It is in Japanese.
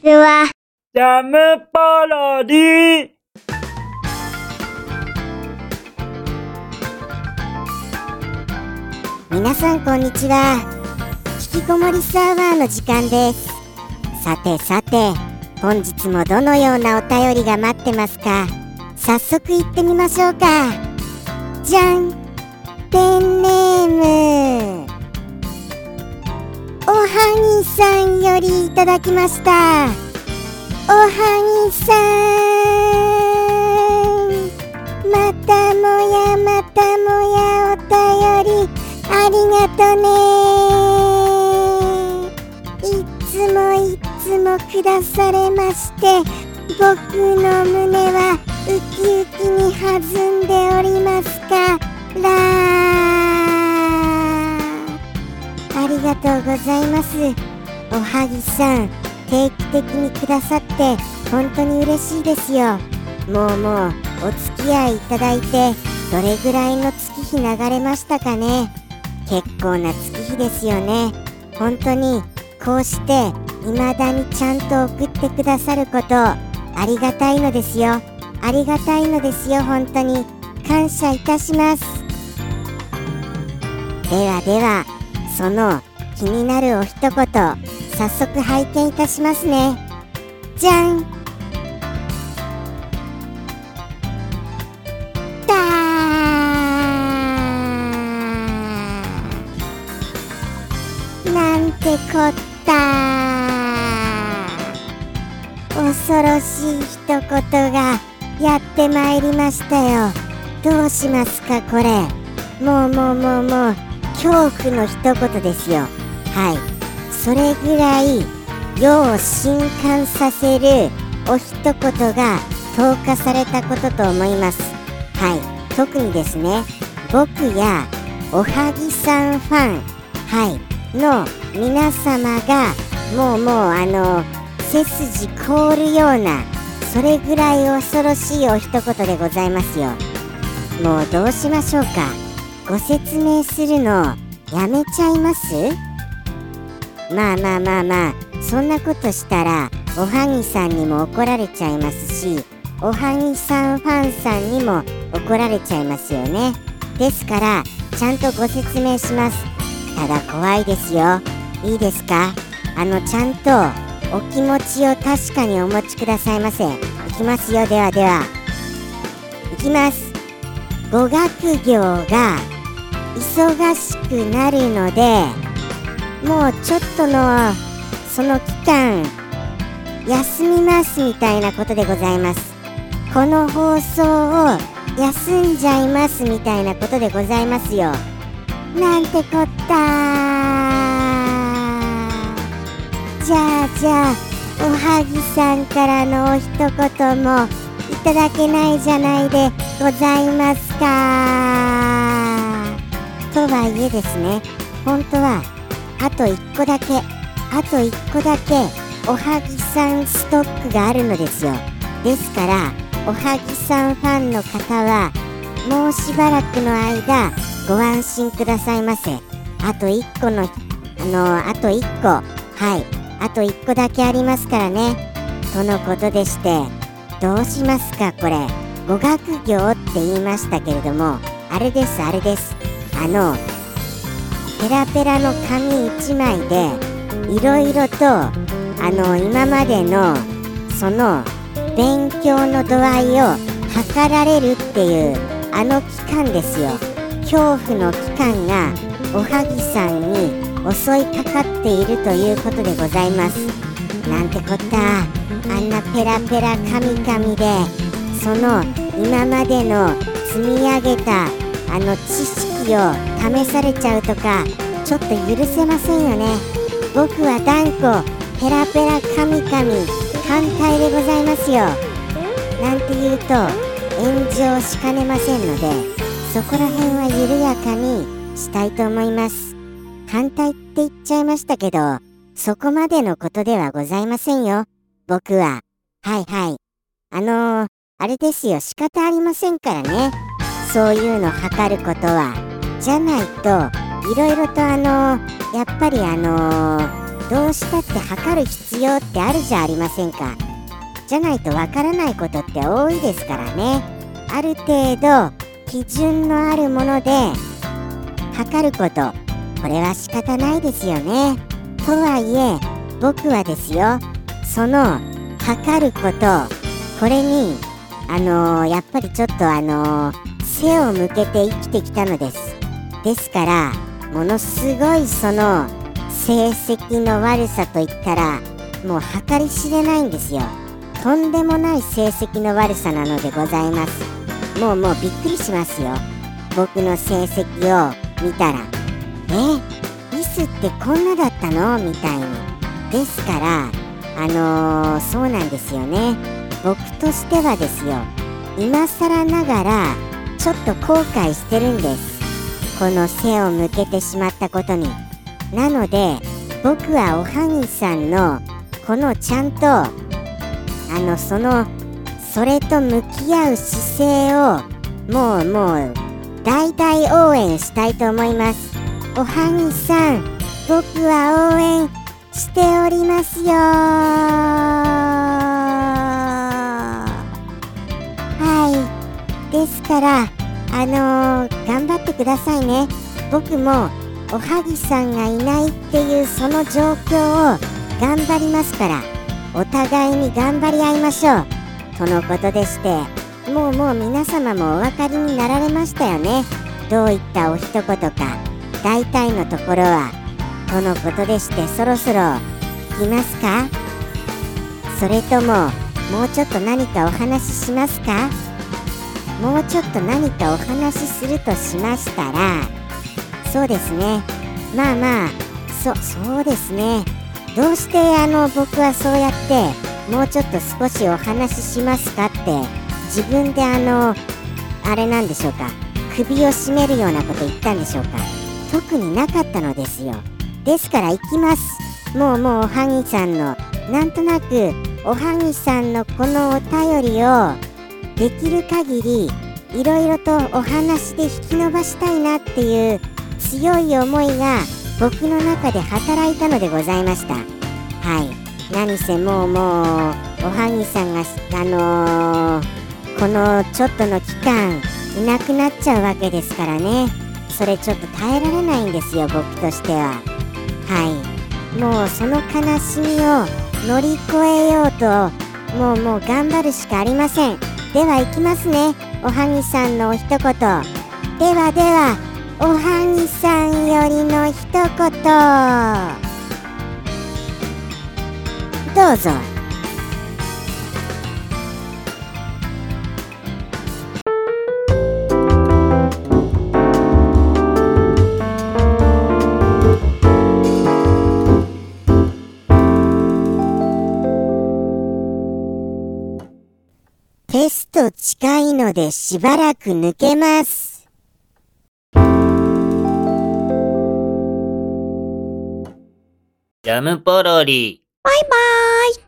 ちは。 ジャムパロディ。 皆さんこんにちは。引きこもりサーバーの時間です。さてさて、本日もどのようなお便りが待ってますか。早速行ってみましょうか。じゃん。ペンネームおはぎさんよりいただきました。おはぎさん、またもやまたもやお便りありがとね。いつもくだされまして、僕の胸はウキウキに弾んでおりますからありがとうございます。おはぎさん、定期的にくださって本当に嬉しいですよ。もうお付き合いいただいてどれぐらいの月日流れましたかね。結構な月日ですよね。本当にこうして未だにちゃんと送ってくださることありがたいのですよ。ありがたいのですよ。本当に感謝いたします。ではその気になるお一言、早速拝見いたしますね。じゃん。だーなんてこった。恐ろしい一言がやってまいりましたよ。どうしますかこれ。もう恐怖の一言ですよ。はい、それぐらい世を震撼させるお一言が投下されたことと思います。はい、特にですね、僕やおはぎさんファン、はい、の皆様がもう背筋凍るような、それぐらい恐ろしいお一言でございますよ。もうどうしましょうか。ご説明するのやめちゃいます？まあそんなことしたらおはぎさんにも怒られちゃいますし、おはぎさんファンさんにも怒られちゃいますよね。ですからちゃんとご説明します。ただ怖いですよ。いいですか？ちゃんとお気持ちを確かにお持ちくださいませ。いきますよ。ではいきます。語学業が忙しくなるので、もうちょっとのその期間休みますみたいなことでございます。この放送を休んじゃいますみたいなことでございますよ。なんてこった。じゃあおはぎさんからのお一言もいただけないじゃないでございますか。とはいえですね、本当はあと1個だけおはぎさんストックがあるのですよ。ですからおはぎさんファンの方はもうしばらくの間ご安心くださいませ。あと1個のあと1個、はい、あと1個だけありますからね、とのことでして、どうしますかこれ。語学業って言いましたけれども、あれです。ペラペラの紙1枚でいろいろと今までのその勉強の度合いを測られるっていう期間ですよ。恐怖の期間がおはぎさんに襲いかかっているということでございます。なんてこった。あんなペラペラ紙々でその今までの積み上げた知識を試されちゃうとか、ちょっと許せませんよね。僕は断固ペラペラ神々反対でございますよ。なんて言うと炎上しかねませんので、そこら辺は緩やかにしたいと思います。反対って言っちゃいましたけど、そこまでのことではございませんよ。僕はあれですよ、仕方ありませんからね、そういうの測ることは。じゃないといろいろとやっぱりどうしたって測る必要ってあるじゃありませんか。じゃないとわからないことって多いですからね。ある程度基準のあるもので測ること、これは仕方ないですよね。とはいえ僕はですよ、その測ること、これにやっぱりちょっと背を向けて生きてきたのです。ですからものすごいその成績の悪さといったらもう計り知れないんですよ。とんでもない成績の悪さなのでございます。もうびっくりしますよ、僕の成績を見たら。ミスってこんなだったのみたいに。ですからそうなんですよね。僕としてはですよ、今更ながらちょっと後悔してるんです、この背を向けてしまったことに。なので僕はおはぎさんのこのちゃんとそれと向き合う姿勢をもう大応援したいと思います。おはぎさん、僕は応援しておりますよ。はい、ですから頑張ってくださいね。僕もおはぎさんがいないっていうその状況を頑張りますから、お互いに頑張り合いましょうとのことでして、もう皆様もお分かりになられましたよね。どういったお一言か大体のところはとのことでして、そろそろ聞きますか？それとももうちょっと何かお話ししますか？もうちょっと何かお話しするとしましたら、そうですね、そうですね、どうして僕はそうやってもうちょっと少しお話ししますかって自分であれなんでしょうか、首を絞めるようなこと言ったんでしょうか。特になかったのですよ。ですから行きます。もうおはぎさんのなんとなくおはぎさんのこのお便りをできる限りいろいろとお話で引き伸ばしたいなっていう強い思いが僕の中で働いたのでございました。はい、何せもうおはぎさんがこのちょっとの期間いなくなっちゃうわけですからね。それちょっと耐えられないんですよ、僕としては。はい、もうその悲しみを乗り越えようともう頑張るしかありません。では行きますね、おはぎさんのお一言。ではおはぎさんよりの一言どうぞ。テスト近いのでしばらく抜けます。 ジャムポロリ。 バイバーイ。